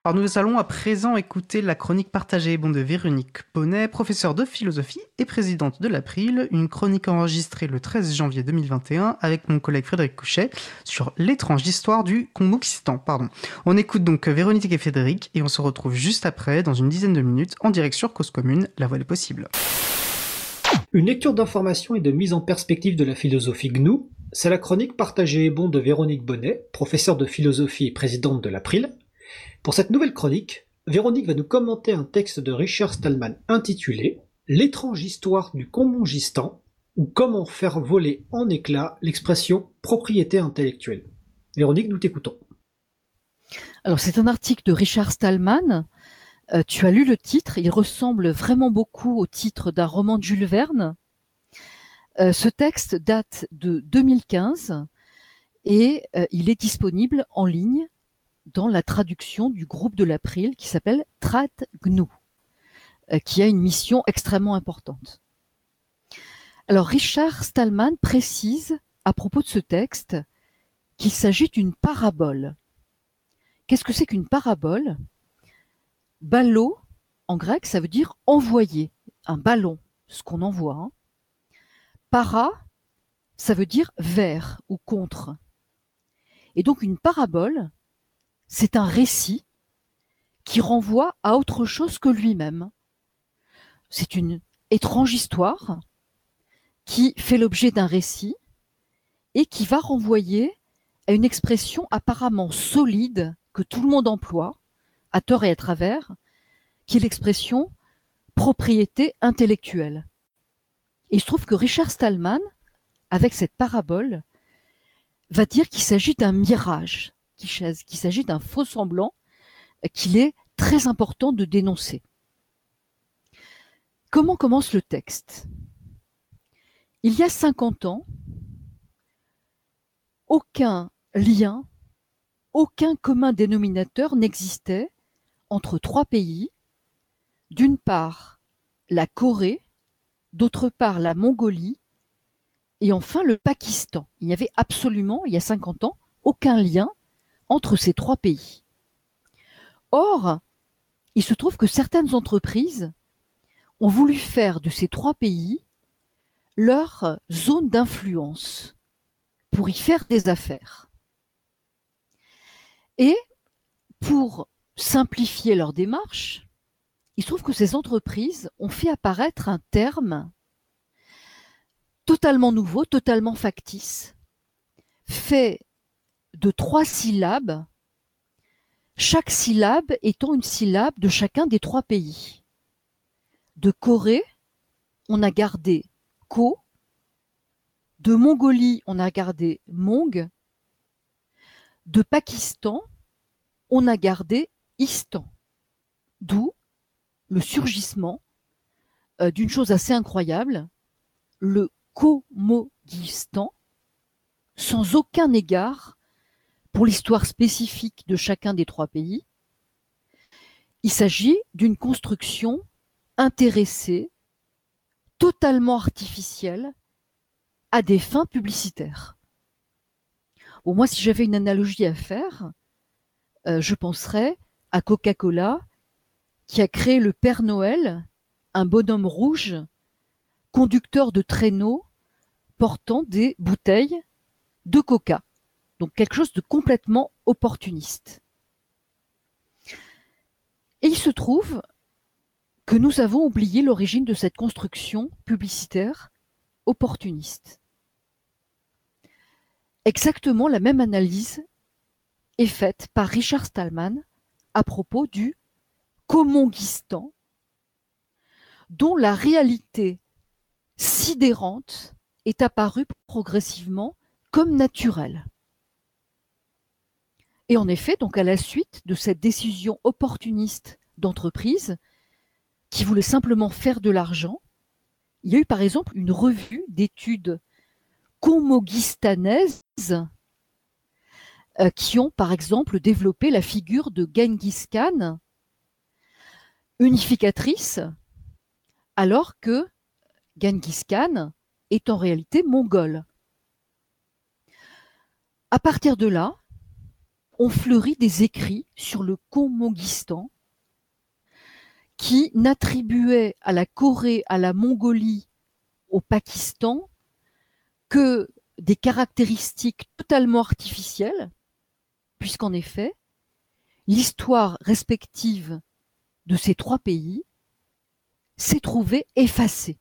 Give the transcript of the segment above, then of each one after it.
Alors nous allons à présent écouter la chronique partagée de Véronique Bonnet, professeure de philosophie et présidente de l'April, une chronique enregistrée le 13 janvier 2021 avec mon collègue Frédéric Couchet sur l'étrange histoire du Congo-Kistan. On écoute donc Véronique et Frédéric et on se retrouve juste après, dans une dizaine de minutes, en direct sur Cause Commune, la voie des possibles. Une lecture d'information et de mise en perspective de la philosophie GNU, c'est la chronique partagée de Véronique Bonnet, professeure de philosophie et présidente de l'April. Pour cette nouvelle chronique, Véronique va nous commenter un texte de Richard Stallman intitulé « L'étrange histoire du Congo-Gistan » ou « Comment faire voler en éclats l'expression « propriété intellectuelle ». Véronique, nous t'écoutons. Alors c'est un article de Richard Stallman. Tu as lu le titre, il ressemble vraiment beaucoup au titre d'un roman de Jules Verne. Ce texte date de 2015 et il est disponible en ligne dans la traduction du groupe de l'April qui s'appelle Trad GNU, qui a une mission extrêmement importante. Alors Richard Stallman précise à propos de ce texte qu'il s'agit d'une parabole. Qu'est-ce que c'est qu'une parabole ? Ballo, en grec, ça veut dire envoyer, un ballon, ce qu'on envoie. Hein. Para, ça veut dire vers ou contre. Et donc une parabole, c'est un récit qui renvoie à autre chose que lui-même. C'est une étrange histoire qui fait l'objet d'un récit et qui va renvoyer à une expression apparemment solide que tout le monde emploie, à tort et à travers, qui est l'expression propriété intellectuelle. Et il se trouve que Richard Stallman, avec cette parabole, va dire qu'il s'agit d'un mirage, qu'il s'agit d'un faux semblant, qu'il est très important de dénoncer. Comment commence le texte ? Il y a 50 ans, aucun lien, aucun commun dénominateur n'existait entre trois pays. D'une part, la Corée, d'autre part, la Mongolie, et enfin le Pakistan. Il n'y avait absolument, il y a 50 ans, aucun lien entre ces trois pays. Or, il se trouve que certaines entreprises ont voulu faire de ces trois pays leur zone d'influence pour y faire des affaires. Et pour simplifier leur démarche, il se trouve que ces entreprises ont fait apparaître un terme totalement nouveau, totalement factice, fait de 3 syllabes, chaque syllabe étant une syllabe de chacun des trois pays. De Corée, on a gardé Ko, de Mongolie, on a gardé Mong, de Pakistan, on a gardé Istan, d'où le surgissement d'une chose assez incroyable, le Komogistan, sans aucun égard pour l'histoire spécifique de chacun des trois pays. Il s'agit d'une construction intéressée, totalement artificielle, à des fins publicitaires. Bon, moi, si j'avais une analogie à faire, je penserais à Coca-Cola, qui a créé le Père Noël, un bonhomme rouge, conducteur de traîneau, portant des bouteilles de coca. Donc quelque chose de complètement opportuniste. Et il se trouve que nous avons oublié l'origine de cette construction publicitaire opportuniste. Exactement la même analyse est faite par Richard Stallman à propos du Komongistan, dont la réalité sidérante est apparue progressivement comme naturelle. Et en effet, donc à la suite de cette décision opportuniste d'entreprise qui voulait simplement faire de l'argent, il y a eu par exemple une revue d'études conmoguistanaises qui ont par exemple développé la figure de Genghis Khan, unificatrice, alors que Genghis Khan est en réalité mongol. À partir de là, ont fleuri des écrits sur le Konmogistan qui n'attribuaient à la Corée, à la Mongolie, au Pakistan que des caractéristiques totalement artificielles, puisqu'en effet, l'histoire respective de ces trois pays s'est trouvée effacée.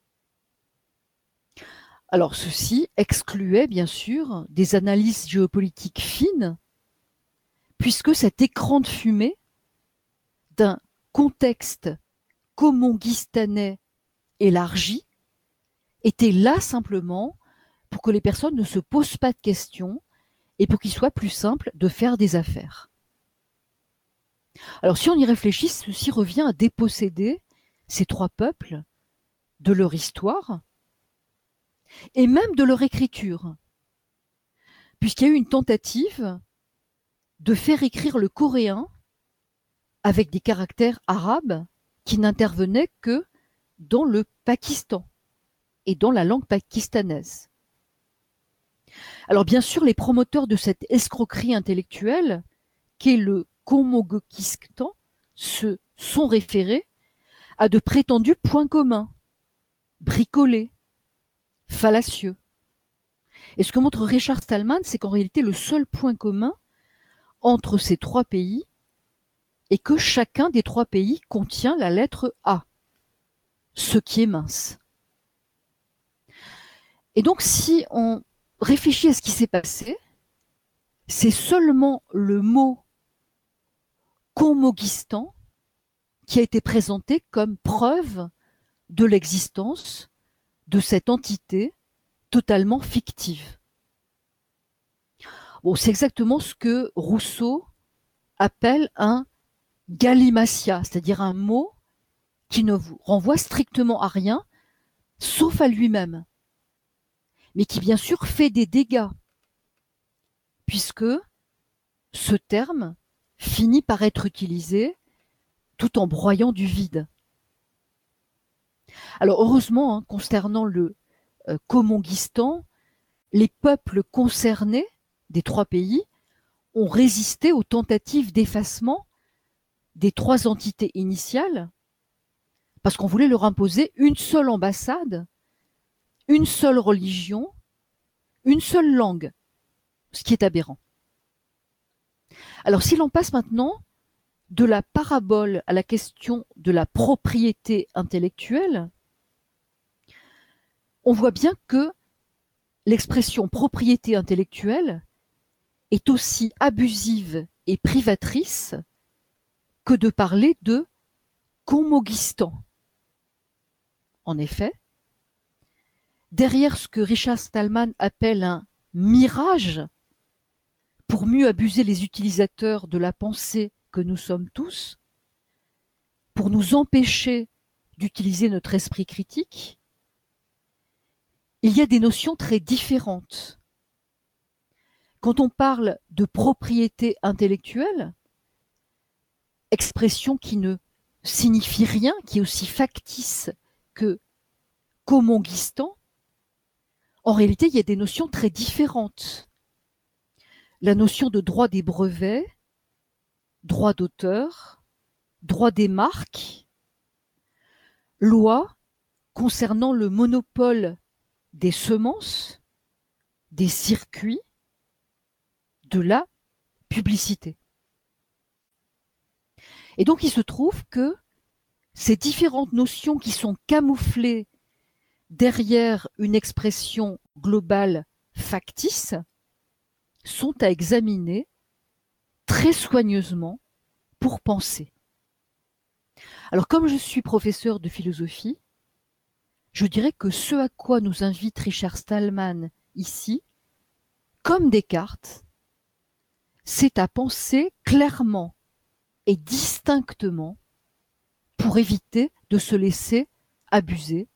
Alors ceci excluait bien sûr des analyses géopolitiques fines, puisque cet écran de fumée d'un contexte komongistanais élargi était là simplement pour que les personnes ne se posent pas de questions et pour qu'il soit plus simple de faire des affaires. Alors si on y réfléchit, ceci revient à déposséder ces trois peuples de leur histoire et même de leur écriture, puisqu'il y a eu une tentative de faire écrire le coréen avec des caractères arabes qui n'intervenaient que dans le Pakistan et dans la langue pakistanaise. Alors bien sûr, les promoteurs de cette escroquerie intellectuelle, qu'est le Konmogistan, se sont référés à de prétendus points communs, bricolés, fallacieux. Et ce que montre Richard Stallman, c'est qu'en réalité, le seul point commun entre ces trois pays est que chacun des trois pays contient la lettre A, ce qui est mince. Et donc, si on réfléchit à ce qui s'est passé, c'est seulement le mot Konmogistan qui a été présenté comme preuve de l'existence de cette entité totalement fictive. Bon, c'est exactement ce que Rousseau appelle un gallimatia, c'est-à-dire un mot qui ne vous renvoie strictement à rien, sauf à lui-même, mais qui bien sûr fait des dégâts, puisque ce terme finit par être utilisé tout en broyant du vide. Alors heureusement, concernant le Komongistan, les peuples concernés des trois pays ont résisté aux tentatives d'effacement des trois entités initiales, parce qu'on voulait leur imposer une seule ambassade, une seule religion, une seule langue, ce qui est aberrant. Alors si l'on passe maintenant de la parabole à la question de la propriété intellectuelle, on voit bien que l'expression propriété intellectuelle est aussi abusive et privatrice que de parler de Konmogistan. En effet, derrière ce que Richard Stallman appelle un mirage, pour mieux abuser les utilisateurs de la pensée que nous sommes tous, pour nous empêcher d'utiliser notre esprit critique, il y a des notions très différentes. Quand on parle de propriété intellectuelle, expression qui ne signifie rien, qui est aussi factice que Komongistan, en réalité, il y a des notions très différentes. La notion de droit des brevets, droit d'auteur, droit des marques, loi concernant le monopole des semences, des circuits, de la publicité. Et donc il se trouve que ces différentes notions qui sont camouflées derrière une expression globale factice sont à examiner très soigneusement pour penser. Alors comme je suis professeur de philosophie, je dirais que ce à quoi nous invite Richard Stallman ici, comme Descartes, c'est à penser clairement et distinctement pour éviter de se laisser abuser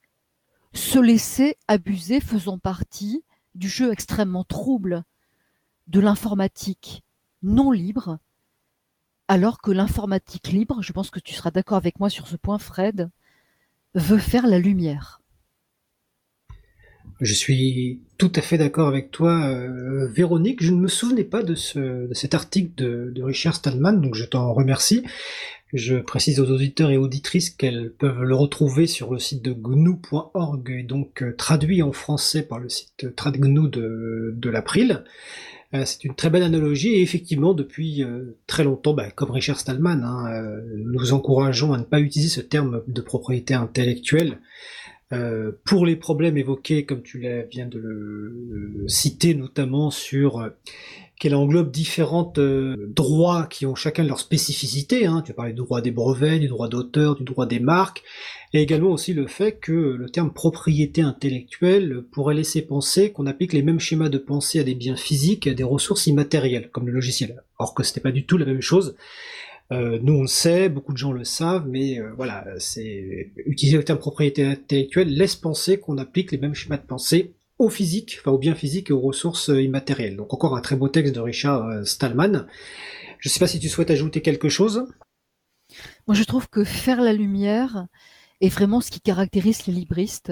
faisant partie du jeu extrêmement trouble de l'informatique non libre, alors que l'informatique libre, je pense que tu seras d'accord avec moi sur ce point, Fred, veut faire la lumière. Je suis Tout à fait d'accord avec toi, Véronique. Je ne me souvenais pas de cet article de Richard Stallman, donc je t'en remercie. Je précise aux auditeurs et auditrices qu'elles peuvent le retrouver sur le site de gnu.org, et donc traduit en français par le site TradGNU de l'April. C'est une très belle analogie, et effectivement, depuis très longtemps, comme Richard Stallman, nous encourageons à ne pas utiliser ce terme de propriété intellectuelle pour les problèmes évoqués, comme tu viens de le citer, notamment sur qu'elle englobe différents droits qui ont chacun leur spécificité. Tu as parlé du droit des brevets, du droit d'auteur, du droit des marques, et également aussi le fait que le terme propriété intellectuelle pourrait laisser penser qu'on applique les mêmes schémas de pensée à des biens physiques et à des ressources immatérielles, comme le logiciel, or que c'était pas du tout la même chose. Nous on le sait, beaucoup de gens le savent, mais voilà, c'est utiliser le terme propriété intellectuelle laisse penser qu'on applique les mêmes schémas de pensée au physique, enfin aux biens physiques et aux ressources immatérielles. Donc encore un très beau texte de Richard Stallman. Je ne sais pas si tu souhaites ajouter quelque chose. Moi, je trouve que faire la lumière est vraiment ce qui caractérise les libristes.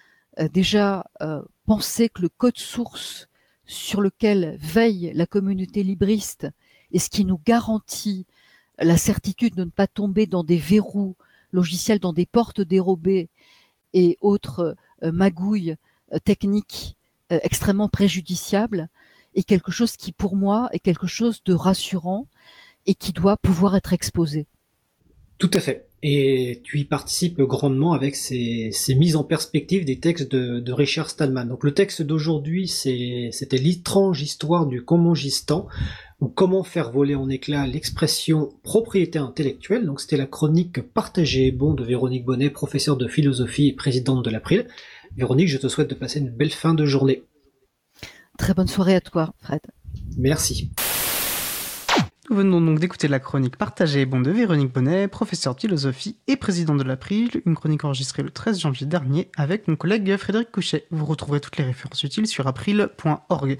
Penser que le code source sur lequel veille la communauté libriste est ce qui nous garantit la certitude de ne pas tomber dans des verrous logiciels, dans des portes dérobées et autres magouilles techniques extrêmement préjudiciables, est quelque chose qui, pour moi, est quelque chose de rassurant et qui doit pouvoir être exposé. Tout à fait. Et tu y participes grandement avec ces mises en perspective des textes de Richard Stallman. Donc le texte d'aujourd'hui, c'était l'étrange histoire du Comangistan, ou comment faire voler en éclats l'expression propriété intellectuelle. Donc c'était la chronique Partagée et bon de Véronique Bonnet, professeure de philosophie et présidente de l'April. Véronique, je te souhaite de passer une belle fin de journée. Très bonne soirée à toi, Fred. Merci. Nous venons donc d'écouter la chronique Partagée et bon de Véronique Bonnet, professeure de philosophie et présidente de l'April, une chronique enregistrée le 13 janvier dernier avec mon collègue Frédéric Couchet. Vous retrouverez toutes les références utiles sur april.org.